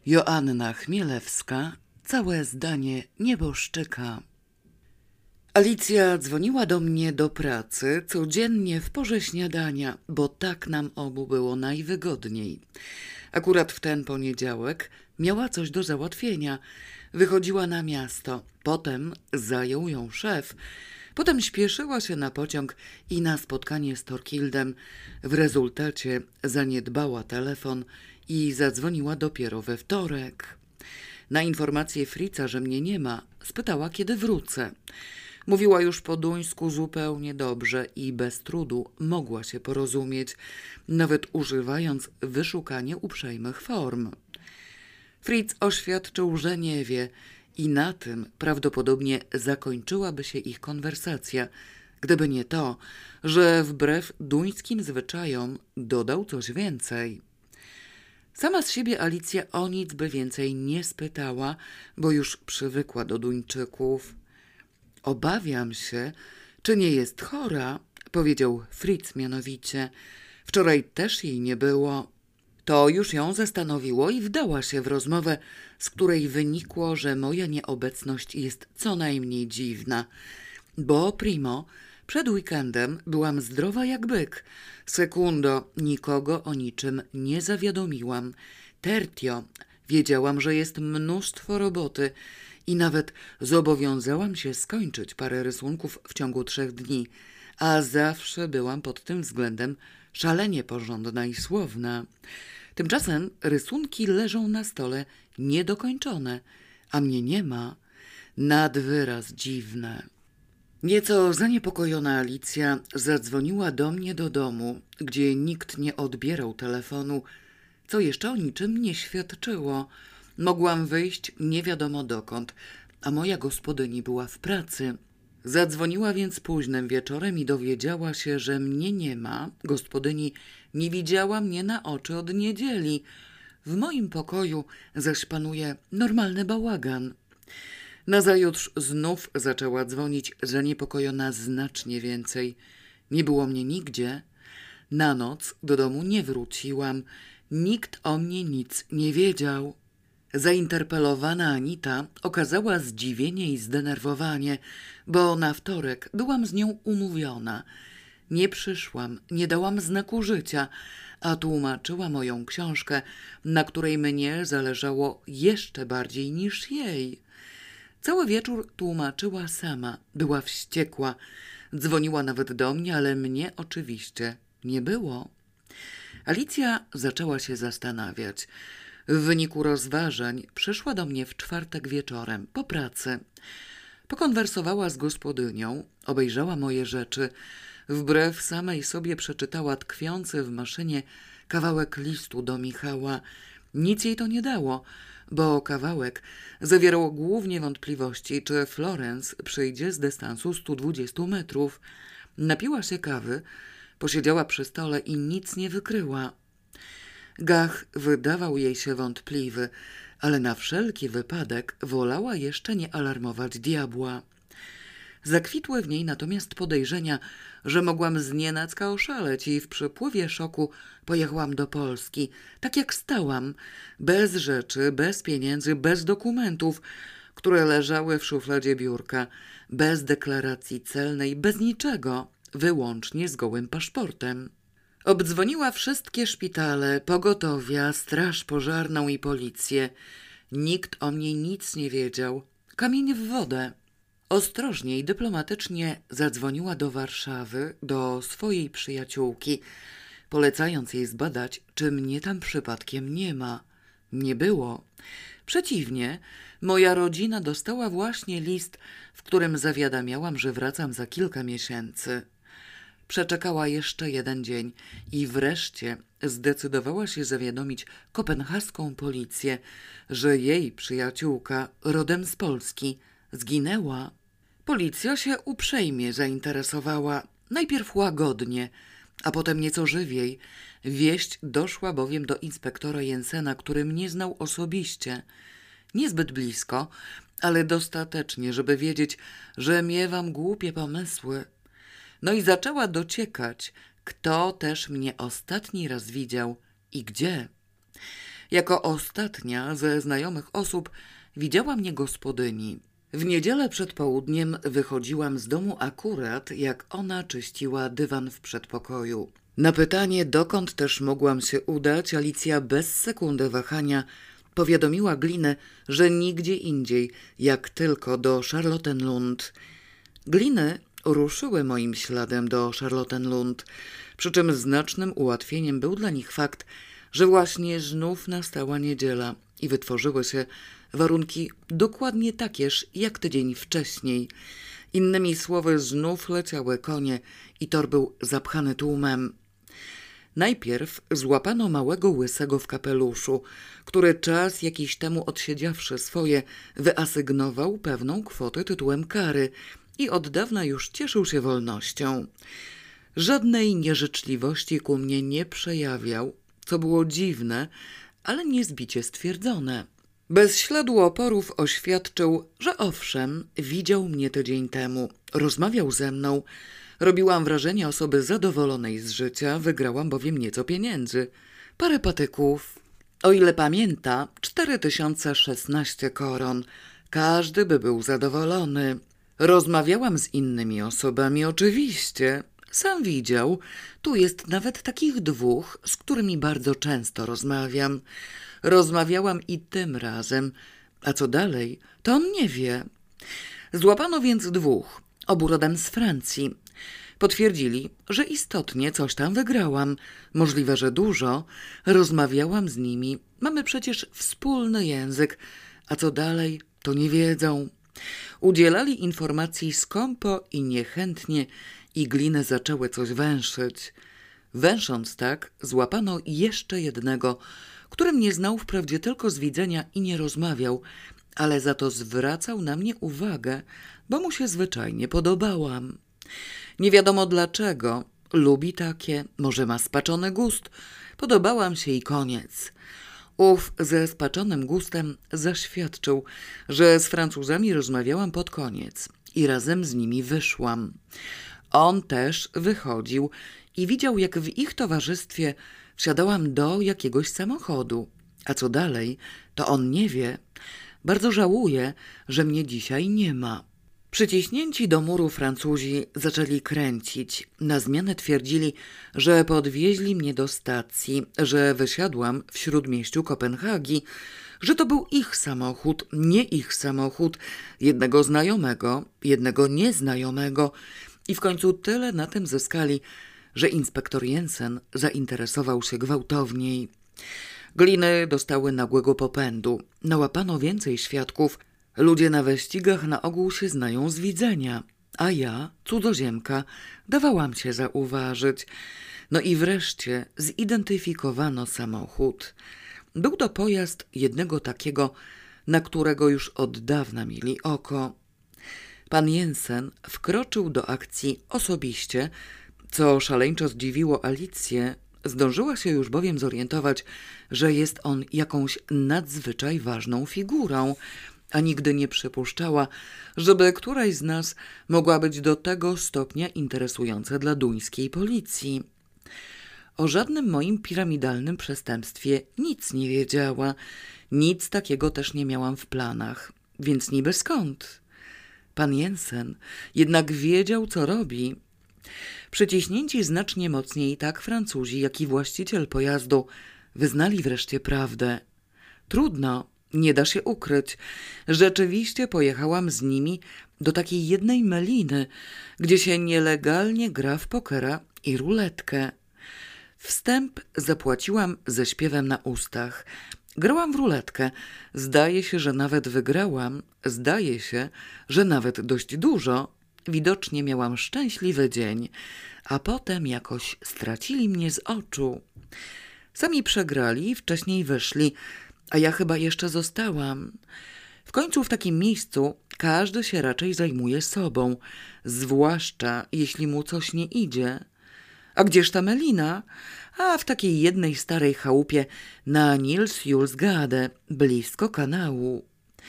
Joanna Chmielewska, całe zdanie nieboszczyka. Alicja dzwoniła do mnie do pracy codziennie w porze śniadania, bo tak nam obu było najwygodniej. Akurat w ten poniedziałek miała coś do załatwienia. Wychodziła na miasto. Potem zajął ją szef. Potem śpieszyła się na pociąg i na spotkanie z Torkildem. W rezultacie zaniedbała telefon i zadzwoniła dopiero we wtorek. Na informację Fritza, że mnie nie ma, spytała, kiedy wrócę. Mówiła już po duńsku zupełnie dobrze i bez trudu mogła się porozumieć, nawet używając wyszukanie uprzejmych form. Fritz oświadczył, że nie wie i na tym prawdopodobnie zakończyłaby się ich konwersacja, gdyby nie to, że wbrew duńskim zwyczajom dodał coś więcej. Sama z siebie Alicja o nic by więcej nie spytała, bo już przywykła do Duńczyków. Obawiam się, czy nie jest chora, powiedział Fritz mianowicie. Wczoraj też jej nie było. To już ją zastanowiło i wdała się w rozmowę, z której wynikło, że moja nieobecność jest co najmniej dziwna. Bo primo, przed weekendem byłam zdrowa jak byk. Sekundo, nikogo o niczym nie zawiadomiłam. Tertio, wiedziałam, że jest mnóstwo roboty i nawet zobowiązałam się skończyć parę rysunków w ciągu 3 dni, a zawsze byłam pod tym względem szalenie porządna i słowna. Tymczasem rysunki leżą na stole niedokończone, a mnie nie ma. Nad wyraz dziwne. Nieco zaniepokojona Alicja zadzwoniła do mnie do domu, gdzie nikt nie odbierał telefonu, co jeszcze o niczym nie świadczyło. Mogłam wyjść nie wiadomo dokąd, a moja gospodyni była w pracy. Zadzwoniła więc późnym wieczorem i dowiedziała się, że mnie nie ma. Gospodyni nie widziała mnie na oczy od niedzieli. W moim pokoju zaś panuje normalny bałagan. Nazajutrz znów zaczęła dzwonić, zaniepokojona znacznie więcej. Nie było mnie nigdzie. Na noc do domu nie wróciłam. Nikt o mnie nic nie wiedział. Zainterpelowana Anita okazała zdziwienie i zdenerwowanie, bo na wtorek byłam z nią umówiona. Nie przyszłam, nie dałam znaku życia, a tłumaczyła moją książkę, na której mnie zależało jeszcze bardziej niż jej. Cały wieczór tłumaczyła sama, była wściekła. Dzwoniła nawet do mnie, ale mnie oczywiście nie było. Alicja zaczęła się zastanawiać. W wyniku rozważań przyszła do mnie w czwartek wieczorem, po pracy. Pokonwersowała z gospodynią, obejrzała moje rzeczy. Wbrew samej sobie przeczytała tkwiący w maszynie kawałek listu do Michała. Nic jej to nie dało, bo kawałek zawierał głównie wątpliwości, czy Florence przyjdzie z dystansu 120 metrów. Napiła się kawy, posiedziała przy stole i nic nie wykryła. Gach wydawał jej się wątpliwy, ale na wszelki wypadek wolała jeszcze nie alarmować diabła. Zakwitły w niej natomiast podejrzenia, że mogłam znienacka oszaleć i w przypływie szoku pojechałam do Polski, tak jak stałam, bez rzeczy, bez pieniędzy, bez dokumentów, które leżały w szufladzie biurka, bez deklaracji celnej, bez niczego, wyłącznie z gołym paszportem. Obdzwoniła wszystkie szpitale, pogotowia, straż pożarną i policję. Nikt o mnie nic nie wiedział. Kamień w wodę. Ostrożnie i dyplomatycznie zadzwoniła do Warszawy, do swojej przyjaciółki, polecając jej zbadać, czy mnie tam przypadkiem nie ma. Nie było. Przeciwnie, moja rodzina dostała właśnie list, w którym zawiadamiałam, że wracam za kilka miesięcy. Przeczekała jeszcze 1 dzień i wreszcie zdecydowała się zawiadomić kopenhaską policję, że jej przyjaciółka, rodem z Polski, zginęła. Policja się uprzejmie zainteresowała, najpierw łagodnie, a potem nieco żywiej. Wieść doszła bowiem do inspektora Jensena, który mnie znał osobiście. Niezbyt blisko, ale dostatecznie, żeby wiedzieć, że miewam głupie pomysły. No i zaczęła dociekać, kto też mnie ostatni raz widział i gdzie. Jako ostatnia ze znajomych osób widziała mnie gospodyni. W niedzielę przed południem wychodziłam z domu akurat, jak ona czyściła dywan w przedpokoju. Na pytanie, dokąd też mogłam się udać, Alicja bez sekundy wahania powiadomiła Glinę, że nigdzie indziej, jak tylko do Charlottenlund. Gliny ruszyły moim śladem do Charlottenlund, przy czym znacznym ułatwieniem był dla nich fakt, że właśnie znów nastała niedziela i wytworzyły się warunki dokładnie takież jak tydzień wcześniej. Innymi słowy, znów leciały konie i tor był zapchany tłumem. Najpierw złapano małego łysego w kapeluszu, który czas jakiś temu odsiedziawszy swoje, wyasygnował pewną kwotę tytułem kary i od dawna już cieszył się wolnością. Żadnej nieżyczliwości ku mnie nie przejawiał, co było dziwne, ale niezbicie stwierdzone. Bez śladu oporów oświadczył, że owszem, widział mnie tydzień temu, rozmawiał ze mną. Robiłam wrażenie osoby zadowolonej z życia, wygrałam bowiem nieco pieniędzy. Parę patyków. O ile pamięta, 4016 koron. Każdy by był zadowolony. Rozmawiałam z innymi osobami, oczywiście. Sam widział. Tu jest nawet takich dwóch, z którymi bardzo często rozmawiam. Rozmawiałam i tym razem. A co dalej, to on nie wie. Złapano więc dwóch, obu rodem z Francji. Potwierdzili, że istotnie coś tam wygrałam. Możliwe, że dużo. Rozmawiałam z nimi. Mamy przecież wspólny język. A co dalej, to nie wiedzą. Udzielali informacji skąpo i niechętnie i gliny zaczęły coś węszyć. Węsząc tak, złapano jeszcze jednego, który mnie znał wprawdzie tylko z widzenia i nie rozmawiał, ale za to zwracał na mnie uwagę, bo mu się zwyczajnie podobałam. Nie wiadomo dlaczego, lubi takie, może ma spaczony gust, podobałam się i koniec. Ów ze spaczonym gustem zaświadczył, że z Francuzami rozmawiałam pod koniec i razem z nimi wyszłam. On też wychodził i widział, jak w ich towarzystwie wsiadałam do jakiegoś samochodu. A co dalej, to on nie wie. Bardzo żałuję, że mnie dzisiaj nie ma. Przyciśnięci do muru Francuzi zaczęli kręcić. Na zmianę twierdzili, że podwieźli mnie do stacji, że wysiadłam w śródmieściu Kopenhagi, że to był ich samochód, nie ich samochód, jednego znajomego, jednego nieznajomego. I w końcu tyle na tym zyskali, że inspektor Jensen zainteresował się gwałtowniej. Gliny dostały nagłego popędu. Nałapano więcej świadków. Ludzie na wyścigach na ogół się znają z widzenia, a ja, cudzoziemka, dawałam się zauważyć. No i wreszcie zidentyfikowano samochód. Był to pojazd jednego takiego, na którego już od dawna mieli oko. Pan Jensen wkroczył do akcji osobiście, co szaleńczo zdziwiło Alicję. Zdążyła się już bowiem zorientować, że jest on jakąś nadzwyczaj ważną figurą, a nigdy nie przypuszczała, żeby któraś z nas mogła być do tego stopnia interesująca dla duńskiej policji. O żadnym moim piramidalnym przestępstwie nic nie wiedziała, nic takiego też nie miałam w planach, więc niby skąd? Pan Jensen jednak wiedział, co robi. Przyciśnięci znacznie mocniej tak Francuzi, jak i właściciel pojazdu wyznali wreszcie prawdę. Trudno, nie da się ukryć. Rzeczywiście pojechałam z nimi do takiej jednej meliny, gdzie się nielegalnie gra w pokera i ruletkę. Wstęp zapłaciłam ze śpiewem na ustach. Grałam w ruletkę. Zdaje się, że nawet wygrałam. Zdaje się, że nawet dość dużo. Widocznie miałam szczęśliwy dzień, a potem jakoś stracili mnie z oczu. Sami przegrali, wcześniej wyszli, a ja chyba jeszcze zostałam. W końcu w takim miejscu każdy się raczej zajmuje sobą, zwłaszcza jeśli mu coś nie idzie. A gdzież ta melina? A w takiej jednej starej chałupie na Nils-Julsgade, blisko kanału.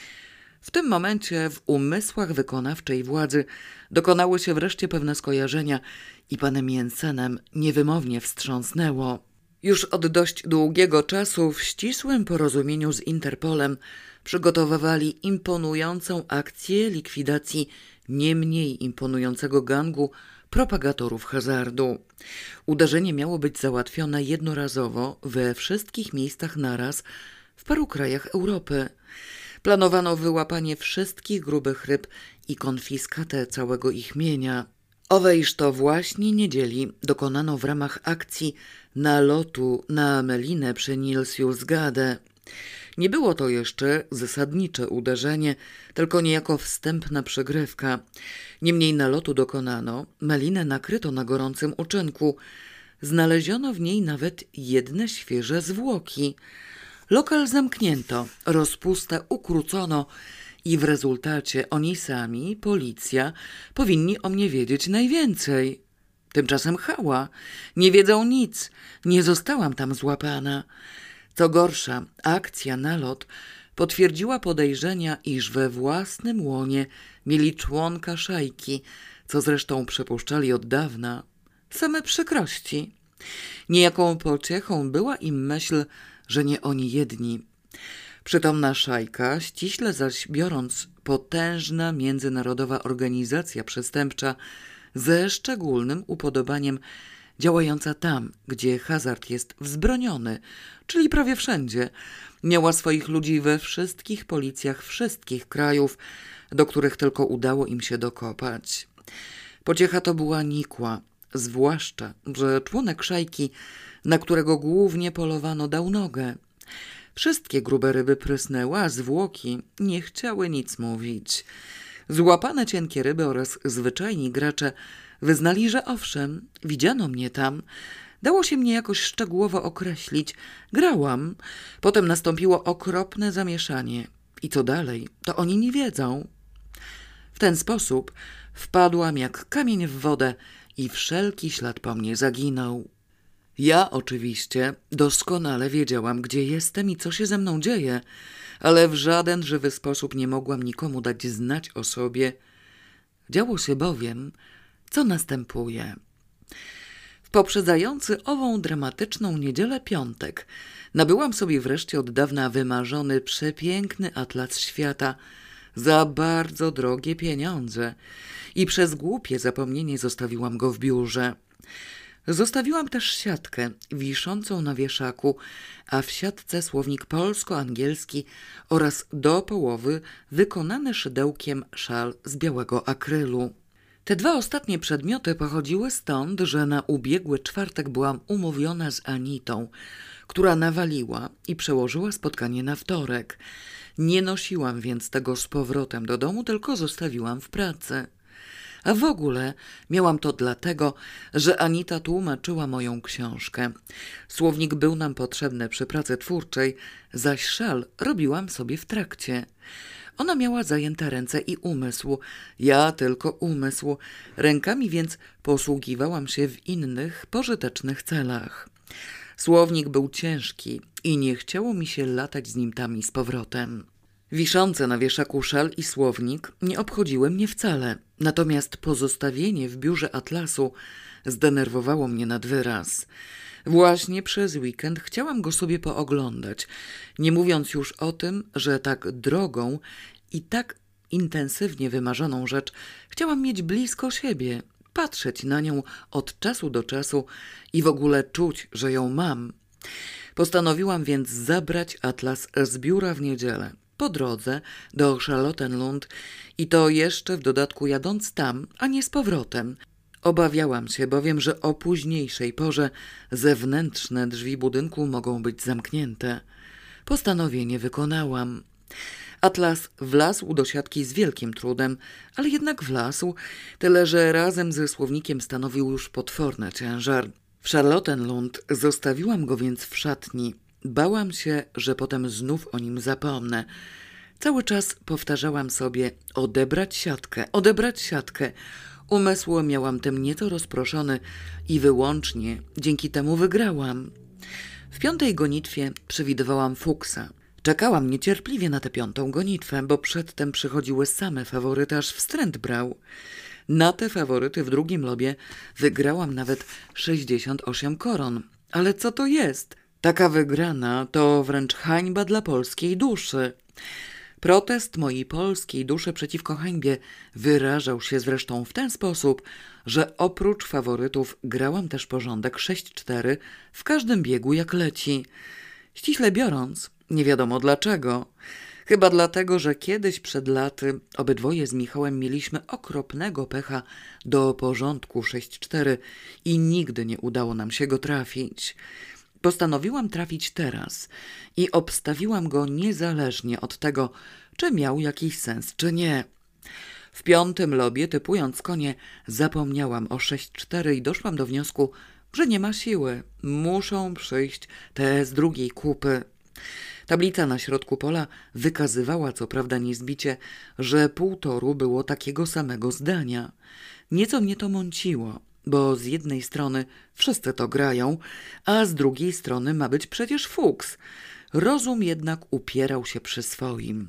W tym momencie w umysłach wykonawczej władzy dokonały się wreszcie pewne skojarzenia i panem Jensenem niewymownie wstrząsnęło. Już od dość długiego czasu w ścisłym porozumieniu z Interpolem przygotowywali imponującą akcję likwidacji nie mniej imponującego gangu propagatorów hazardu. Uderzenie miało być załatwione jednorazowo we wszystkich miejscach naraz w paru krajach Europy. Planowano wyłapanie wszystkich grubych ryb i konfiskatę całego ich mienia. Owejż to właśnie niedzieli dokonano w ramach akcji nalotu na Melinę przy Nilsjulsgade. Nie było to jeszcze zasadnicze uderzenie, tylko niejako wstępna przygrywka. Niemniej nalotu dokonano, Melinę nakryto na gorącym uczynku. Znaleziono w niej nawet jedne świeże zwłoki. Lokal zamknięto, rozpustę ukrócono i w rezultacie oni sami, policja, powinni o mnie wiedzieć najwięcej. Tymczasem chała, nie wiedzą nic, nie zostałam tam złapana. Co gorsza, akcja nalot potwierdziła podejrzenia, iż we własnym łonie mieli członka szajki, co zresztą przypuszczali od dawna. Same przykrości. Niejaką pociechą była im myśl, że nie oni jedni. Przytomna szajka, ściśle zaś biorąc potężna międzynarodowa organizacja przestępcza ze szczególnym upodobaniem działająca tam, gdzie hazard jest wzbroniony, czyli prawie wszędzie, miała swoich ludzi we wszystkich policjach wszystkich krajów, do których tylko udało im się dokopać. Pociecha to była nikła, zwłaszcza, że członek szajki, na którego głównie polowano, dał nogę. Wszystkie grube ryby prysnęły, a zwłoki nie chciały nic mówić. Złapane cienkie ryby oraz zwyczajni gracze wyznali, że owszem, widziano mnie tam. Dało się mnie jakoś szczegółowo określić. Grałam. Potem nastąpiło okropne zamieszanie. I co dalej, to oni nie wiedzą. W ten sposób wpadłam jak kamień w wodę i wszelki ślad po mnie zaginął. Ja oczywiście doskonale wiedziałam, gdzie jestem i co się ze mną dzieje, ale w żaden żywy sposób nie mogłam nikomu dać znać o sobie. Działo się bowiem, co następuje. W poprzedzający ową dramatyczną niedzielę piątek nabyłam sobie wreszcie od dawna wymarzony, przepiękny atlas świata za bardzo drogie pieniądze i przez głupie zapomnienie zostawiłam go w biurze. Zostawiłam też siatkę wiszącą na wieszaku, a w siatce słownik polsko-angielski oraz do połowy wykonany szydełkiem szal z białego akrylu. Te dwa ostatnie przedmioty pochodziły stąd, że na ubiegły czwartek byłam umówiona z Anitą, która nawaliła i przełożyła spotkanie na wtorek. Nie nosiłam więc tego z powrotem do domu, tylko zostawiłam w pracy. A w ogóle miałam to dlatego, że Anita tłumaczyła moją książkę. Słownik był nam potrzebny przy pracy twórczej, zaś szal robiłam sobie w trakcie. Ona miała zajęte ręce i umysł, ja tylko umysł. Rękami więc posługiwałam się w innych, pożytecznych celach. Słownik był ciężki i nie chciało mi się latać z nim tam i z powrotem. Wiszące na wieszaku szal i słownik nie obchodziły mnie wcale, natomiast pozostawienie w biurze atlasu zdenerwowało mnie nad wyraz. Właśnie przez weekend chciałam go sobie pooglądać, nie mówiąc już o tym, że tak drogą i tak intensywnie wymarzoną rzecz chciałam mieć blisko siebie, patrzeć na nią od czasu do czasu i w ogóle czuć, że ją mam. Postanowiłam więc zabrać atlas z biura w niedzielę. Po drodze do Charlottenlund i to jeszcze w dodatku jadąc tam, a nie z powrotem. Obawiałam się bowiem, że o późniejszej porze zewnętrzne drzwi budynku mogą być zamknięte. Postanowienie wykonałam. Atlas wlazł do siatki z wielkim trudem, ale jednak wlazł, tyle że razem ze słownikiem stanowił już potworny ciężar. W Charlottenlund zostawiłam go więc w szatni. Bałam się, że potem znów o nim zapomnę. Cały czas powtarzałam sobie odebrać siatkę, odebrać siatkę. Umysł miałam tym nieco rozproszony i wyłącznie dzięki temu wygrałam. W 5. gonitwie przewidywałam fuksa. Czekałam niecierpliwie na tę 5. gonitwę, bo przedtem przychodziły same faworyty, aż wstręt brał. Na te faworyty w drugim lobie wygrałam nawet 68 koron. Ale co to jest? Taka wygrana to wręcz hańba dla polskiej duszy. Protest mojej polskiej duszy przeciwko hańbie wyrażał się zresztą w ten sposób, że oprócz faworytów grałam też porządek 6-4 w każdym biegu jak leci. Ściśle biorąc, nie wiadomo dlaczego. Chyba dlatego, że kiedyś przed laty obydwoje z Michałem mieliśmy okropnego pecha do porządku 6-4 i nigdy nie udało nam się go trafić. Postanowiłam trafić teraz i obstawiłam go niezależnie od tego, czy miał jakiś sens, czy nie. W piątym lobie, typując konie, zapomniałam o 6-4 i doszłam do wniosku, że nie ma siły. Muszą przyjść te z drugiej kupy. Tablica na środku pola wykazywała co prawda niezbicie, że pół toru było takiego samego zdania. Nieco mnie to mąciło, bo z jednej strony wszyscy to grają, a z drugiej strony ma być przecież fuks. Rozum jednak upierał się przy swoim.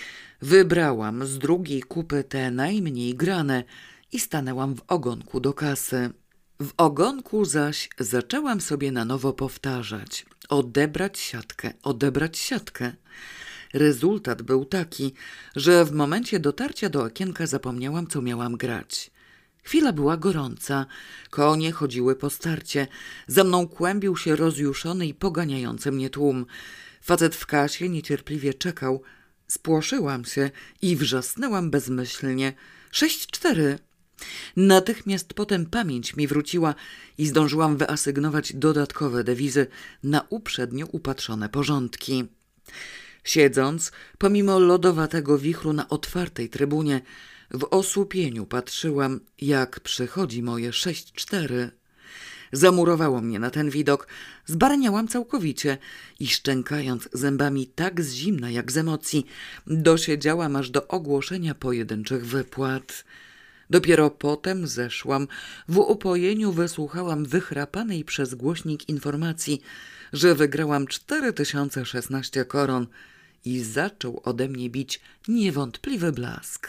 Wybrałam z drugiej kupy te najmniej grane i stanęłam w ogonku do kasy. W ogonku zaś zaczęłam sobie na nowo powtarzać: odebrać siatkę, odebrać siatkę. Rezultat był taki, że w momencie dotarcia do okienka zapomniałam, co miałam grać. Chwila była gorąca, konie chodziły po starcie, za mną kłębił się rozjuszony i poganiający mnie tłum. Facet w kasie niecierpliwie czekał. Spłoszyłam się i wrzasnęłam bezmyślnie: 6-4. Natychmiast potem pamięć mi wróciła i zdążyłam wyasygnować dodatkowe dewizy na uprzednio upatrzone porządki. Siedząc, pomimo lodowatego wichru na otwartej trybunie, w osłupieniu patrzyłam, jak przychodzi moje 6-4. Zamurowało mnie na ten widok, zbaraniałam całkowicie i szczękając zębami tak z zimna jak z emocji, dosiedziałam aż do ogłoszenia pojedynczych wypłat. Dopiero potem zeszłam, w upojeniu wysłuchałam wychrapanej przez głośnik informacji, że wygrałam 4016 koron i zaczął ode mnie bić niewątpliwy blask.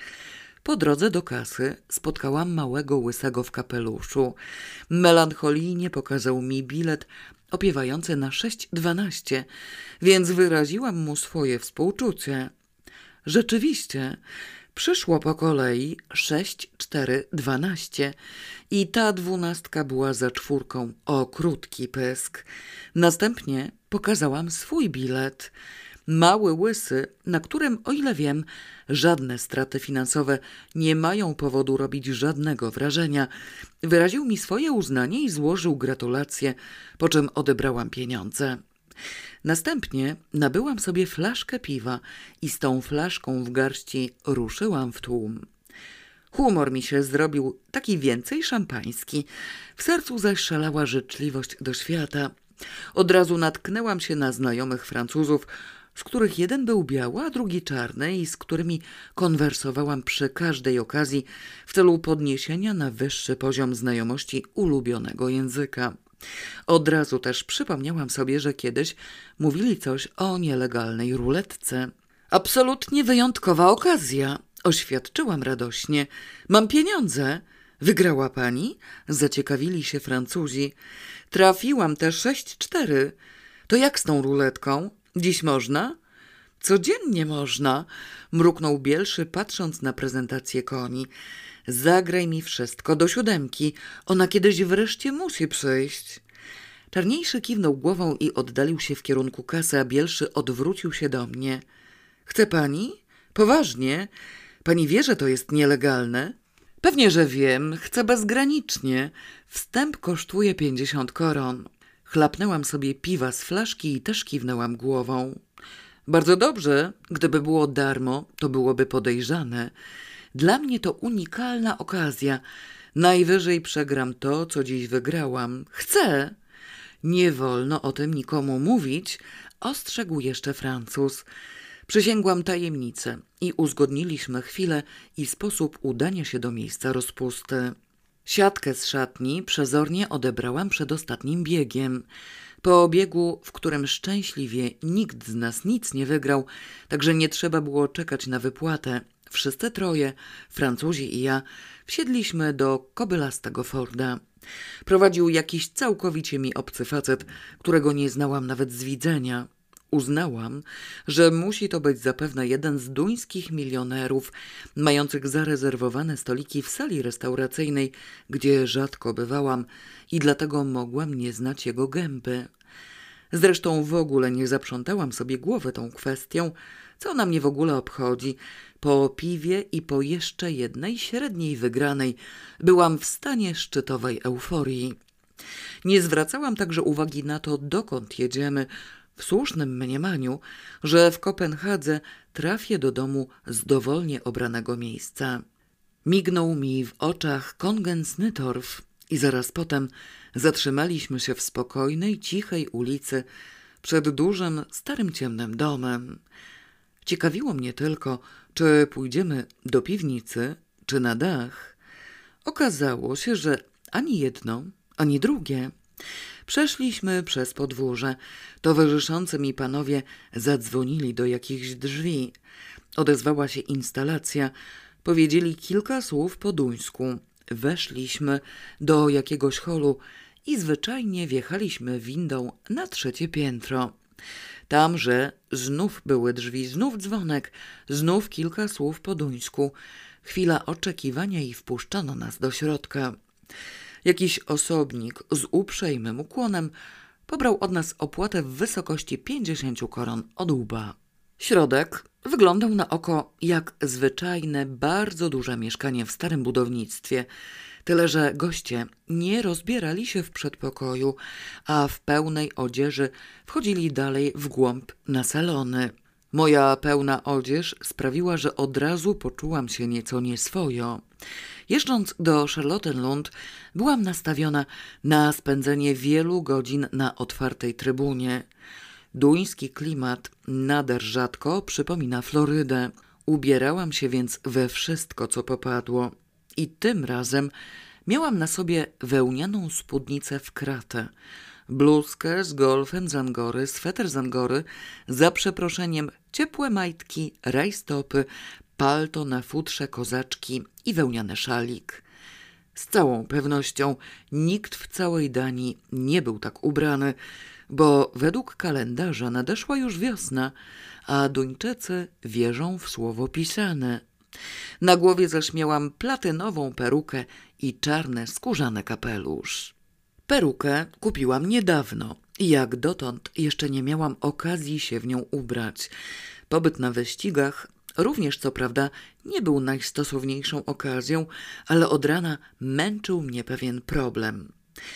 Po drodze do kasy spotkałam małego łysego w kapeluszu. Melancholijnie pokazał mi bilet opiewający na 6-12, więc wyraziłam mu swoje współczucie. Rzeczywiście, przyszło po kolei 6-4-12 i ta 12 była za czwórką o krótki pysk. Następnie pokazałam swój bilet. Mały łysy, na którym, o ile wiem, żadne straty finansowe nie mają powodu robić żadnego wrażenia, wyraził mi swoje uznanie i złożył gratulacje, po czym odebrałam pieniądze. Następnie nabyłam sobie flaszkę piwa i z tą flaszką w garści ruszyłam w tłum. Humor mi się zrobił taki więcej szampański, w sercu zaś szalała życzliwość do świata. Od razu natknęłam się na znajomych Francuzów, z których jeden był biały, a drugi czarny i z którymi konwersowałam przy każdej okazji w celu podniesienia na wyższy poziom znajomości ulubionego języka. Od razu też przypomniałam sobie, że kiedyś mówili coś o nielegalnej ruletce. Absolutnie wyjątkowa okazja, oświadczyłam radośnie. Mam pieniądze. Wygrała pani? Zaciekawili się Francuzi. Trafiłam te 6-4. To jak z tą ruletką? Dziś można? Codziennie można, mruknął Bielszy, patrząc na prezentację koni. Zagraj mi wszystko do 7. Ona kiedyś wreszcie musi przyjść. Czarniejszy kiwnął głową i oddalił się w kierunku kasy, a Bielszy odwrócił się do mnie. Chce pani? Poważnie? Pani wie, że to jest nielegalne? Pewnie, że wiem. Chcę bezgranicznie. Wstęp kosztuje 50 koron. Chlapnęłam sobie piwa z flaszki i też kiwnęłam głową. Bardzo dobrze. Gdyby było darmo, to byłoby podejrzane. Dla mnie to unikalna okazja. Najwyżej przegram to, co dziś wygrałam. Chcę. Nie wolno o tym nikomu mówić, ostrzegł jeszcze Francuz. Przysięgłam tajemnicę i uzgodniliśmy chwilę i sposób udania się do miejsca rozpusty. Siatkę z szatni przezornie odebrałam przed ostatnim biegiem. Po biegu, w którym szczęśliwie nikt z nas nic nie wygrał, także nie trzeba było czekać na wypłatę, wszyscy troje, Francuzi i ja, wsiedliśmy do kobylastego Forda. Prowadził jakiś całkowicie mi obcy facet, którego nie znałam nawet z widzenia. Uznałam, że musi to być zapewne jeden z duńskich milionerów, mających zarezerwowane stoliki w sali restauracyjnej, gdzie rzadko bywałam i dlatego mogłam nie znać jego gęby. Zresztą w ogóle nie zaprzątałam sobie głowy tą kwestią, co ona mnie w ogóle obchodzi. Po piwie i po jeszcze jednej średniej wygranej byłam w stanie szczytowej euforii. Nie zwracałam także uwagi na to, dokąd jedziemy, w słusznym mniemaniu, że w Kopenhadze trafię do domu z dowolnie obranego miejsca. Mignął mi w oczach Kongens Nytorv i zaraz potem zatrzymaliśmy się w spokojnej, cichej ulicy przed dużym, starym, ciemnym domem. Ciekawiło mnie tylko, czy pójdziemy do piwnicy, czy na dach. Okazało się, że ani jedno, ani drugie. Przeszliśmy przez podwórze. Towarzyszący mi panowie zadzwonili do jakichś drzwi. Odezwała się instalacja. Powiedzieli kilka słów po duńsku. Weszliśmy do jakiegoś holu i zwyczajnie wjechaliśmy windą na 3. piętro. Tamże znów były drzwi, znów dzwonek, znów kilka słów po duńsku. Chwila oczekiwania i wpuszczano nas do środka. Jakiś osobnik z uprzejmym ukłonem pobrał od nas opłatę w wysokości 50 koron od łba. Środek wyglądał na oko jak zwyczajne, bardzo duże mieszkanie w starym budownictwie, tyle że goście nie rozbierali się w przedpokoju, a w pełnej odzieży wchodzili dalej w głąb na salony. Moja pełna odzież sprawiła, że od razu poczułam się nieco nieswojo. Jeżdżąc do Charlottenlund, byłam nastawiona na spędzenie wielu godzin na otwartej trybunie. Duński klimat nader rzadko przypomina Florydę. Ubierałam się więc we wszystko, co popadło. I tym razem miałam na sobie wełnianą spódnicę w kratę, bluzkę z golfem z Angory, sweter z Angory, za przeproszeniem ciepłe majtki, rajstopy, palto na futrze, kozaczki i wełniany szalik. Z całą pewnością nikt w całej Danii nie był tak ubrany, bo według kalendarza nadeszła już wiosna, a Duńczycy wierzą w słowo pisane. Na głowie zaś miałam platynową perukę i czarny skórzany kapelusz. Perukę kupiłam niedawno i jak dotąd jeszcze nie miałam okazji się w nią ubrać. Pobyt na wyścigach również co prawda nie był najstosowniejszą okazją, ale od rana męczył mnie pewien problem.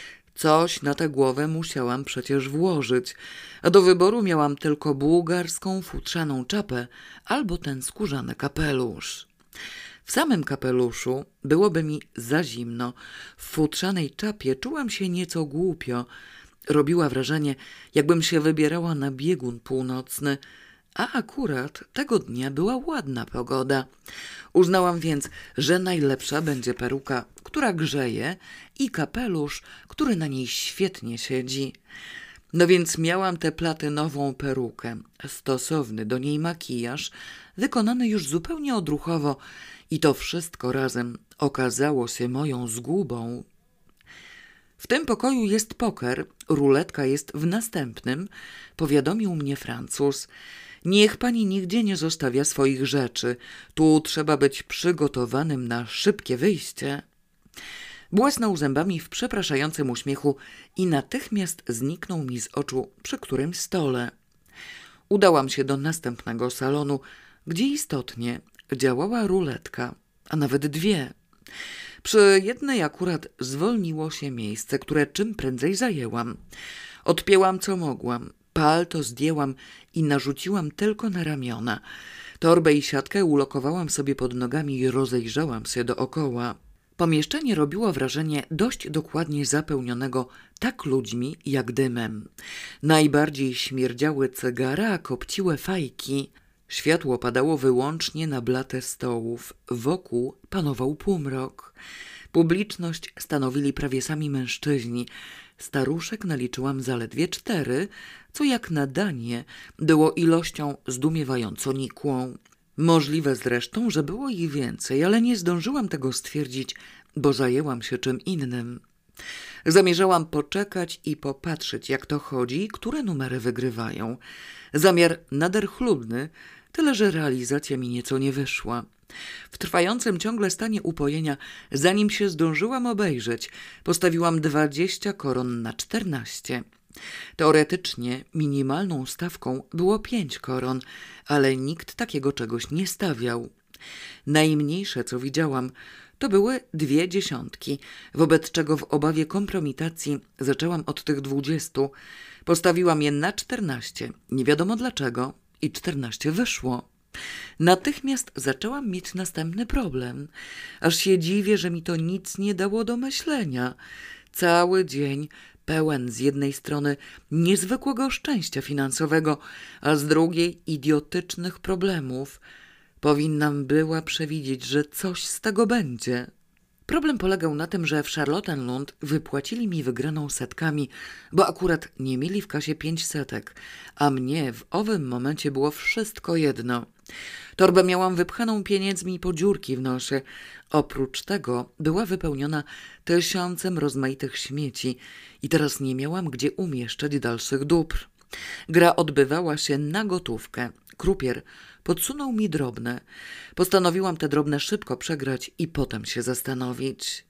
Coś na tę głowę musiałam przecież włożyć, a do wyboru miałam tylko bułgarską futrzaną czapę albo ten skórzany kapelusz. W samym kapeluszu byłoby mi za zimno, w futrzanej czapie czułam się nieco głupio. Robiła wrażenie, jakbym się wybierała na biegun północny, a akurat tego dnia była ładna pogoda. Uznałam więc, że najlepsza będzie peruka, która grzeje, i kapelusz, który na niej świetnie siedzi. No więc miałam tę platynową perukę, stosowny do niej makijaż, wykonany już zupełnie odruchowo, i to wszystko razem okazało się moją zgubą. W tym pokoju jest poker, ruletka jest w następnym, powiadomił mnie Francuz. Niech pani nigdzie nie zostawia swoich rzeczy, tu trzeba być przygotowanym na szybkie wyjście. Błysnął zębami w przepraszającym uśmiechu i natychmiast zniknął mi z oczu przy którymś stole. Udałam się do następnego salonu, gdzie istotnie działała ruletka, a nawet dwie. Przy jednej akurat zwolniło się miejsce, które czym prędzej zajęłam. Odpięłam co mogłam, palto zdjęłam i narzuciłam tylko na ramiona. Torbę i siatkę ulokowałam sobie pod nogami i rozejrzałam się dookoła. Pomieszczenie robiło wrażenie dość dokładnie zapełnionego tak ludźmi jak dymem. Najbardziej śmierdziały cygara, a kopciłe fajki. Światło padało wyłącznie na blatę stołów. Wokół panował półmrok. Publiczność stanowili prawie sami mężczyźni. Staruszek naliczyłam zaledwie 4, co jak na Danię było ilością zdumiewająco nikłą. Możliwe zresztą, że było ich więcej, ale nie zdążyłam tego stwierdzić, bo zajęłam się czym innym. Zamierzałam poczekać i popatrzeć, jak to chodzi, które numery wygrywają. Zamiar nader chlubny, tyle że realizacja mi nieco nie wyszła. W trwającym ciągle stanie upojenia, zanim się zdążyłam obejrzeć, postawiłam 20 koron na 14. Teoretycznie minimalną stawką było 5 koron, ale nikt takiego czegoś nie stawiał. Najmniejsze, co widziałam, to były 2 dziesiątki, wobec czego w obawie kompromitacji zaczęłam od tych 20. Postawiłam je na 14, nie wiadomo dlaczego, i 14 wyszło. Natychmiast zaczęłam mieć następny problem. Aż się dziwię, że mi to nic nie dało do myślenia. Cały dzień pełen z jednej strony niezwykłego szczęścia finansowego, a z drugiej idiotycznych problemów. Powinnam była przewidzieć, że coś z tego będzie. Problem polegał na tym, że w Charlottenlund wypłacili mi wygraną setkami, bo akurat nie mieli w kasie 5 setek, a mnie w owym momencie było wszystko jedno. Torbę miałam wypchaną pieniędzmi po dziurki w nosie. Oprócz tego była wypełniona 1000 rozmaitych śmieci i teraz nie miałam gdzie umieszczać dalszych dóbr. Gra odbywała się na gotówkę. Krupier podsunął mi drobne. Postanowiłam te drobne szybko przegrać i potem się zastanowić.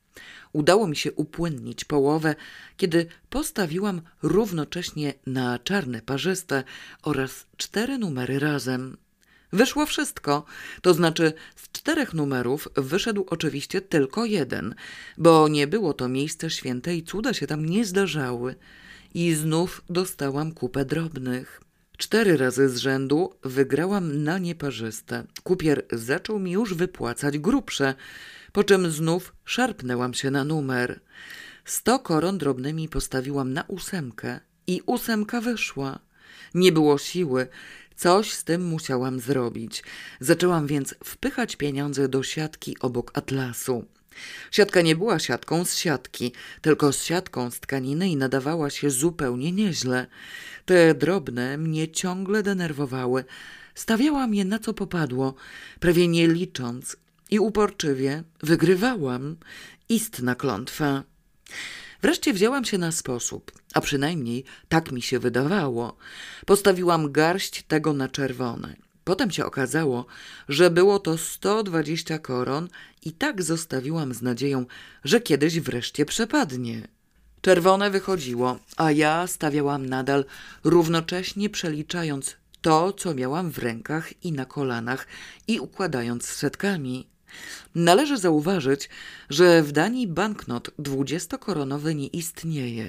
Udało mi się upłynnić połowę, kiedy postawiłam równocześnie na czarne parzyste oraz 4 numery razem. Wyszło wszystko, to znaczy z 4 numerów wyszedł oczywiście tylko 1, bo nie było to miejsce święte i cuda się tam nie zdarzały. I znów dostałam kupę drobnych. 4 razy z rzędu wygrałam na nieparzyste. Kupier zaczął mi już wypłacać grubsze, po czym znów szarpnęłam się na numer. 100 koron drobnymi postawiłam na 8 i 8 wyszła. Nie było siły, coś z tym musiałam zrobić. Zaczęłam więc wpychać pieniądze do siatki obok atlasu. Siatka nie była siatką z siatki, tylko z siatką z tkaniny i nadawała się zupełnie nieźle. Te drobne mnie ciągle denerwowały. Stawiałam je na co popadło, prawie nie licząc i uporczywie wygrywałam. Istna klątwa. Wreszcie wzięłam się na sposób, a przynajmniej tak mi się wydawało. Postawiłam garść tego na czerwone. Potem się okazało, że było to 120 koron i tak zostawiłam z nadzieją, że kiedyś wreszcie przepadnie. Czerwone wychodziło, a ja stawiałam nadal, równocześnie przeliczając to, co miałam w rękach i na kolanach i układając setkami. Należy zauważyć, że w Danii banknot 20-koronowy nie istnieje.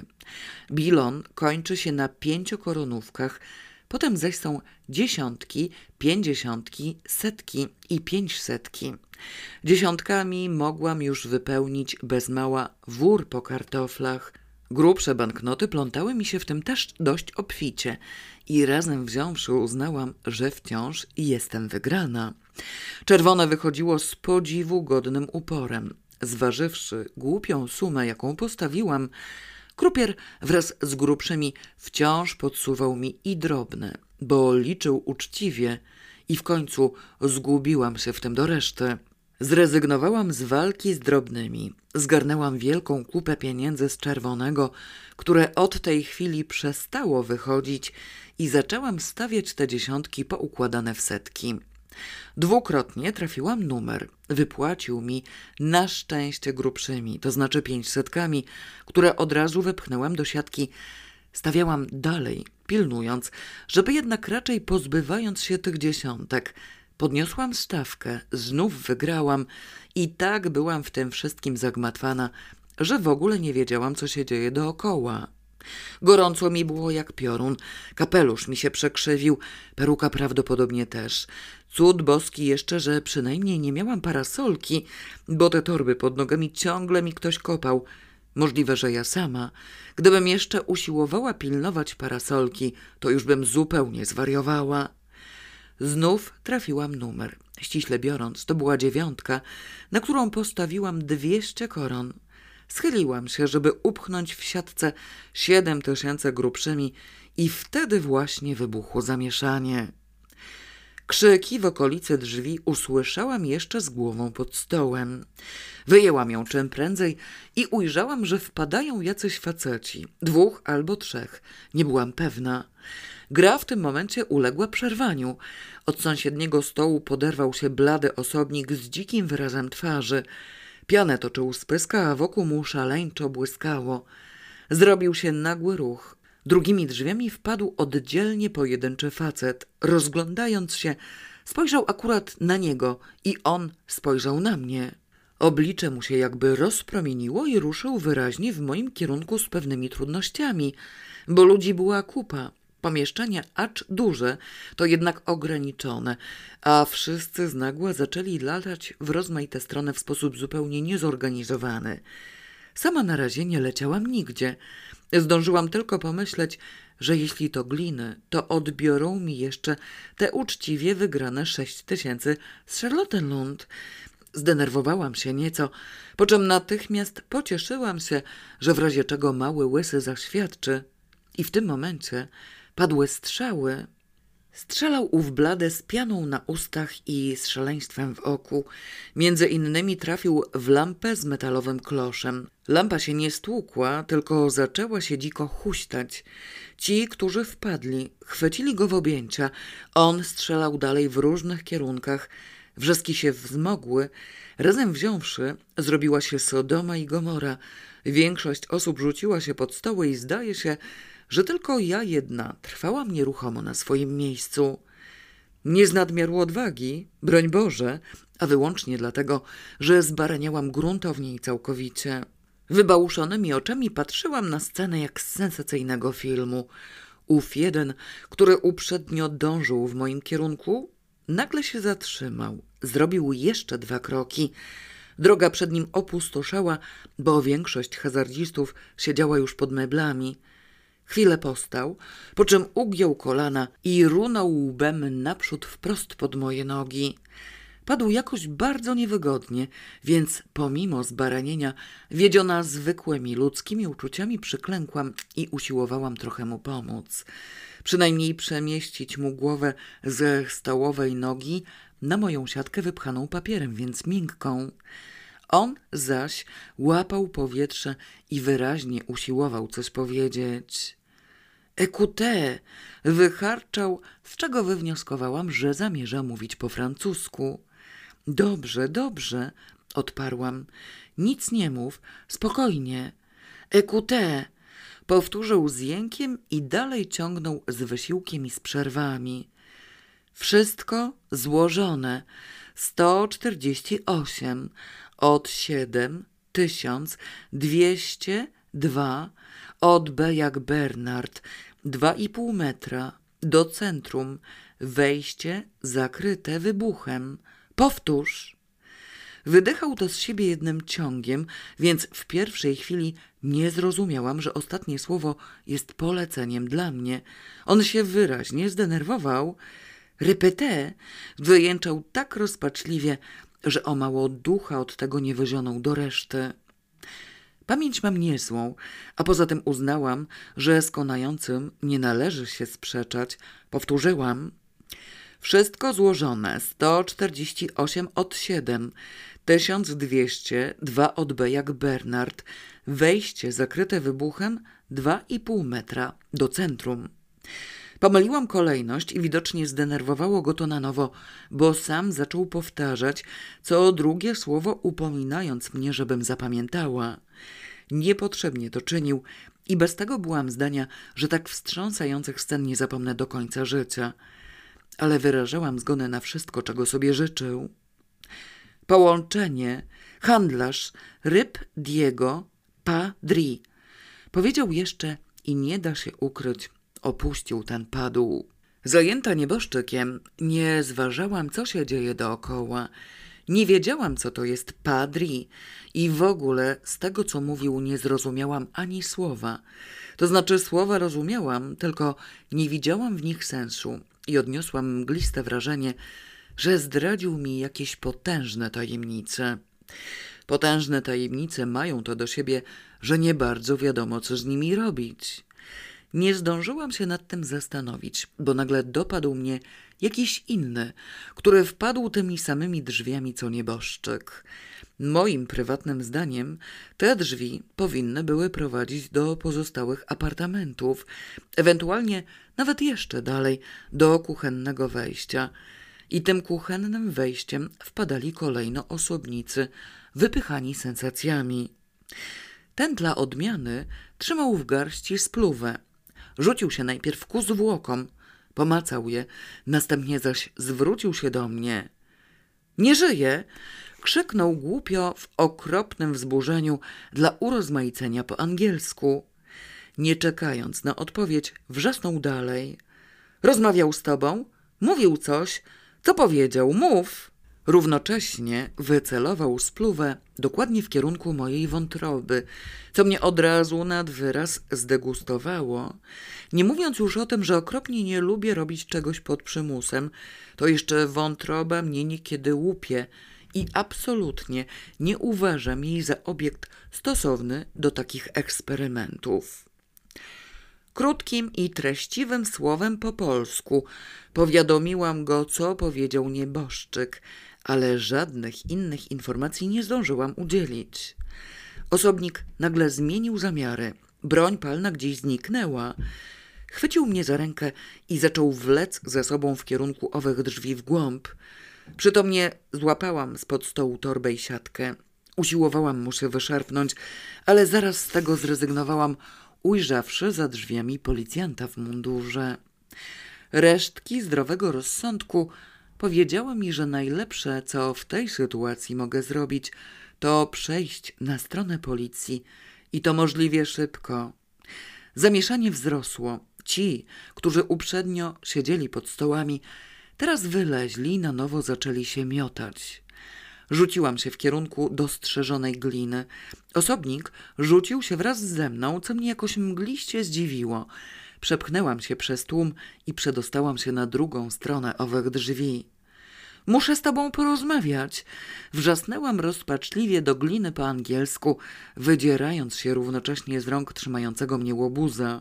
Bilon kończy się na 5-koronówkach, potem zaś są dziesiątki, 50, setki i 500. Dziesiątkami mogłam już wypełnić bez mała wór po kartoflach. Grubsze banknoty plątały mi się w tym też dość obficie i razem wziąwszy uznałam, że wciąż jestem wygrana. Czerwone wychodziło z podziwu godnym uporem. Zważywszy głupią sumę, jaką postawiłam, krupier wraz z grubszymi wciąż podsuwał mi i drobne, bo liczył uczciwie i w końcu zgubiłam się w tym do reszty. Zrezygnowałam z walki z drobnymi. Zgarnęłam wielką kupę pieniędzy z czerwonego, które od tej chwili przestało wychodzić i zaczęłam stawiać te dziesiątki poukładane w setki. Dwukrotnie trafiłam numer. Wypłacił mi na szczęście grubszymi, to znaczy 500, które od razu wepchnęłam do siatki. Stawiałam dalej, pilnując, żeby jednak raczej pozbywając się tych dziesiątek. Podniosłam stawkę, znów wygrałam i tak byłam w tym wszystkim zagmatwana, że w ogóle nie wiedziałam, co się dzieje dookoła. Gorąco mi było jak piorun, kapelusz mi się przekrzywił, peruka prawdopodobnie też. Cud boski jeszcze, że przynajmniej nie miałam parasolki, bo te torby pod nogami ciągle mi ktoś kopał. Możliwe, że ja sama. Gdybym jeszcze usiłowała pilnować parasolki, to już bym zupełnie zwariowała. Znów trafiłam numer. Ściśle biorąc, to była 9, na którą postawiłam 200 koron. Schyliłam się, żeby upchnąć w siatce 7000 grubszymi i wtedy właśnie wybuchło zamieszanie. Krzyki w okolicy drzwi usłyszałam jeszcze z głową pod stołem. Wyjęłam ją czym prędzej i ujrzałam, że wpadają jacyś faceci. 2 albo 3. Nie byłam pewna. Gra w tym momencie uległa przerwaniu. Od sąsiedniego stołu poderwał się blady osobnik z dzikim wyrazem twarzy. Pianę toczył z pyska, a wokół mu szaleńczo błyskało. Zrobił się nagły ruch. Drugimi drzwiami wpadł oddzielnie pojedynczy facet. Rozglądając się, spojrzał akurat na niego i on spojrzał na mnie. Oblicze mu się jakby rozpromieniło i ruszył wyraźnie w moim kierunku z pewnymi trudnościami, bo ludzi była kupa. Pomieszczenie, acz duże, to jednak ograniczone, a wszyscy z nagła zaczęli latać w rozmaite strony w sposób zupełnie niezorganizowany. Sama na razie nie leciałam nigdzie. Zdążyłam tylko pomyśleć, że jeśli to gliny, to odbiorą mi jeszcze te uczciwie wygrane 6000 z Charlottenlund. Zdenerwowałam się nieco, po czym natychmiast pocieszyłam się, że w razie czego mały łysy zaświadczy. I w tym momencie padły strzały. Strzelał ów blade z pianą na ustach i z szaleństwem w oku. Między innymi trafił w lampę z metalowym kloszem. Lampa się nie stłukła, tylko zaczęła się dziko huśtać. Ci, którzy wpadli, chwycili go w objęcia. On strzelał dalej w różnych kierunkach. Wrzaski się wzmogły. Razem wziąwszy, zrobiła się Sodoma i Gomora. Większość osób rzuciła się pod stoły i zdaje się, że tylko ja jedna trwałam nieruchomo na swoim miejscu. Nie z nadmiaru odwagi, broń Boże, a wyłącznie dlatego, że zbaraniałam gruntownie i całkowicie. Wybałuszonymi oczami patrzyłam na scenę jak z sensacyjnego filmu. Ów jeden, który uprzednio dążył w moim kierunku, nagle się zatrzymał. Zrobił jeszcze 2 kroki. Droga przed nim opustoszała, bo większość hazardzistów siedziała już pod meblami. Chwilę postał, po czym ugiął kolana i runął łbem naprzód wprost pod moje nogi. Padł jakoś bardzo niewygodnie, więc pomimo zbaranienia, wiedziona zwykłymi ludzkimi uczuciami, przyklękłam i usiłowałam trochę mu pomóc. Przynajmniej przemieścić mu głowę ze stołowej nogi na moją siatkę wypchaną papierem, więc miękką. On zaś łapał powietrze i wyraźnie usiłował coś powiedzieć. Écoutez, wycharczał, z czego wywnioskowałam, że zamierza mówić po francusku. Dobrze, dobrze, odparłam. Nic nie mów, spokojnie. Écoutez, powtórzył z jękiem i dalej ciągnął z wysiłkiem i z przerwami. Wszystko złożone. 148 od 7202 od B jak Bernard, 2,5 metra, do centrum, wejście zakryte wybuchem. Powtórz. Wydychał to z siebie jednym ciągiem, więc w pierwszej chwili nie zrozumiałam, że ostatnie słowo jest poleceniem dla mnie. On się wyraźnie zdenerwował. Répétez, wyjęczał tak rozpaczliwie, że o mało ducha od tego nie wyzionął do reszty. Pamięć mam niezłą, a poza tym uznałam, że z konającym nie należy się sprzeczać. Powtórzyłam. Wszystko złożone. 148 od 7, 1200, 2 od B jak Bernard, wejście zakryte wybuchem, 2,5 metra, do centrum. Pomyliłam kolejność i widocznie zdenerwowało go to na nowo, bo sam zaczął powtarzać co drugie słowo, upominając mnie, żebym zapamiętała. Niepotrzebnie to czynił i bez tego byłam zdania, że tak wstrząsających scen nie zapomnę do końca życia. Ale wyrażałam zgodę na wszystko, czego sobie życzył. Połączenie, handlarz, ryb Diego, Padri. Powiedział jeszcze i nie da się ukryć, opuścił ten padł. Zajęta nieboszczykiem, nie zważałam, co się dzieje dookoła. Nie wiedziałam, co to jest Padri i w ogóle z tego, co mówił, nie zrozumiałam ani słowa. To znaczy słowa rozumiałam, tylko nie widziałam w nich sensu i odniosłam mgliste wrażenie, że zdradził mi jakieś potężne tajemnice. Potężne tajemnice mają to do siebie, że nie bardzo wiadomo, co z nimi robić. Nie zdążyłam się nad tym zastanowić, bo nagle dopadł mnie jakiś inny, który wpadł tymi samymi drzwiami co nieboszczyk. Moim prywatnym zdaniem te drzwi powinny były prowadzić do pozostałych apartamentów, ewentualnie nawet jeszcze dalej do kuchennego wejścia. I tym kuchennym wejściem wpadali kolejno osobnicy, wypychani sensacjami. Ten dla odmiany trzymał w garści spluwę. Rzucił się najpierw ku zwłokom, pomacał je, następnie zaś zwrócił się do mnie. Nie żyje! Krzyknął głupio w okropnym wzburzeniu dla urozmaicenia po angielsku. Nie czekając na odpowiedź, wrzasnął dalej. Rozmawiał z tobą? Mówił coś? Co powiedział? Mów! Równocześnie wycelował spluwę dokładnie w kierunku mojej wątroby, co mnie od razu nad wyraz zdegustowało. Nie mówiąc już o tym, że okropnie nie lubię robić czegoś pod przymusem, to jeszcze wątroba mnie niekiedy łupie i absolutnie nie uważam jej za obiekt stosowny do takich eksperymentów. Krótkim i treściwym słowem po polsku powiadomiłam go, co powiedział nieboszczyk, ale żadnych innych informacji nie zdążyłam udzielić. Osobnik nagle zmienił zamiary. Broń palna gdzieś zniknęła. Chwycił mnie za rękę i zaczął wlec ze sobą w kierunku owych drzwi w głąb. Przytomnie złapałam spod stołu torbę i siatkę. Usiłowałam mu się wyszarpnąć, ale zaraz z tego zrezygnowałam, ujrzawszy za drzwiami policjanta w mundurze. Resztki zdrowego rozsądku powiedziały mi, że najlepsze, co w tej sytuacji mogę zrobić, to przejść na stronę policji i to możliwie szybko. Zamieszanie wzrosło. Ci, którzy uprzednio siedzieli pod stołami, teraz wyleźli i na nowo zaczęli się miotać. Rzuciłam się w kierunku dostrzeżonej gliny. Osobnik rzucił się wraz ze mną, co mnie jakoś mgliście zdziwiło. Przepchnęłam się przez tłum i przedostałam się na drugą stronę owych drzwi. Muszę z tobą porozmawiać. Wrzasnęłam rozpaczliwie do gliny po angielsku, wydzierając się równocześnie z rąk trzymającego mnie łobuza.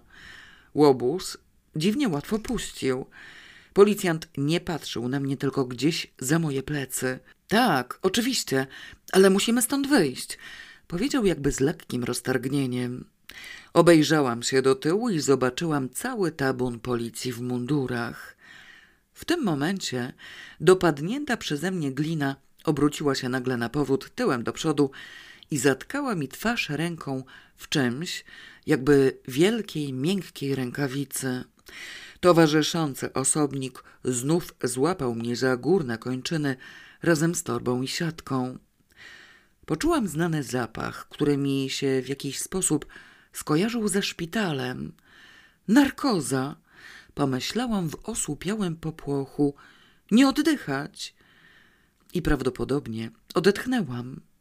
Łobuz dziwnie łatwo puścił. Policjant nie patrzył na mnie, tylko gdzieś za moje plecy. Tak, oczywiście, ale musimy stąd wyjść, powiedział jakby z lekkim roztargnieniem. Obejrzałam się do tyłu i zobaczyłam cały tabun policji w mundurach. W tym momencie dopadnięta przeze mnie glina obróciła się nagle na powrót tyłem do przodu i zatkała mi twarz ręką w czymś, jakby wielkiej, miękkiej rękawicy. Towarzyszący osobnik znów złapał mnie za górne kończyny razem z torbą i siatką. Poczułam znany zapach, który mi się w jakiś sposób skojarzył ze szpitalem. Narkoza, pomyślałam w osłupiałym popłochu. Nie oddychać. I prawdopodobnie odetchnęłam.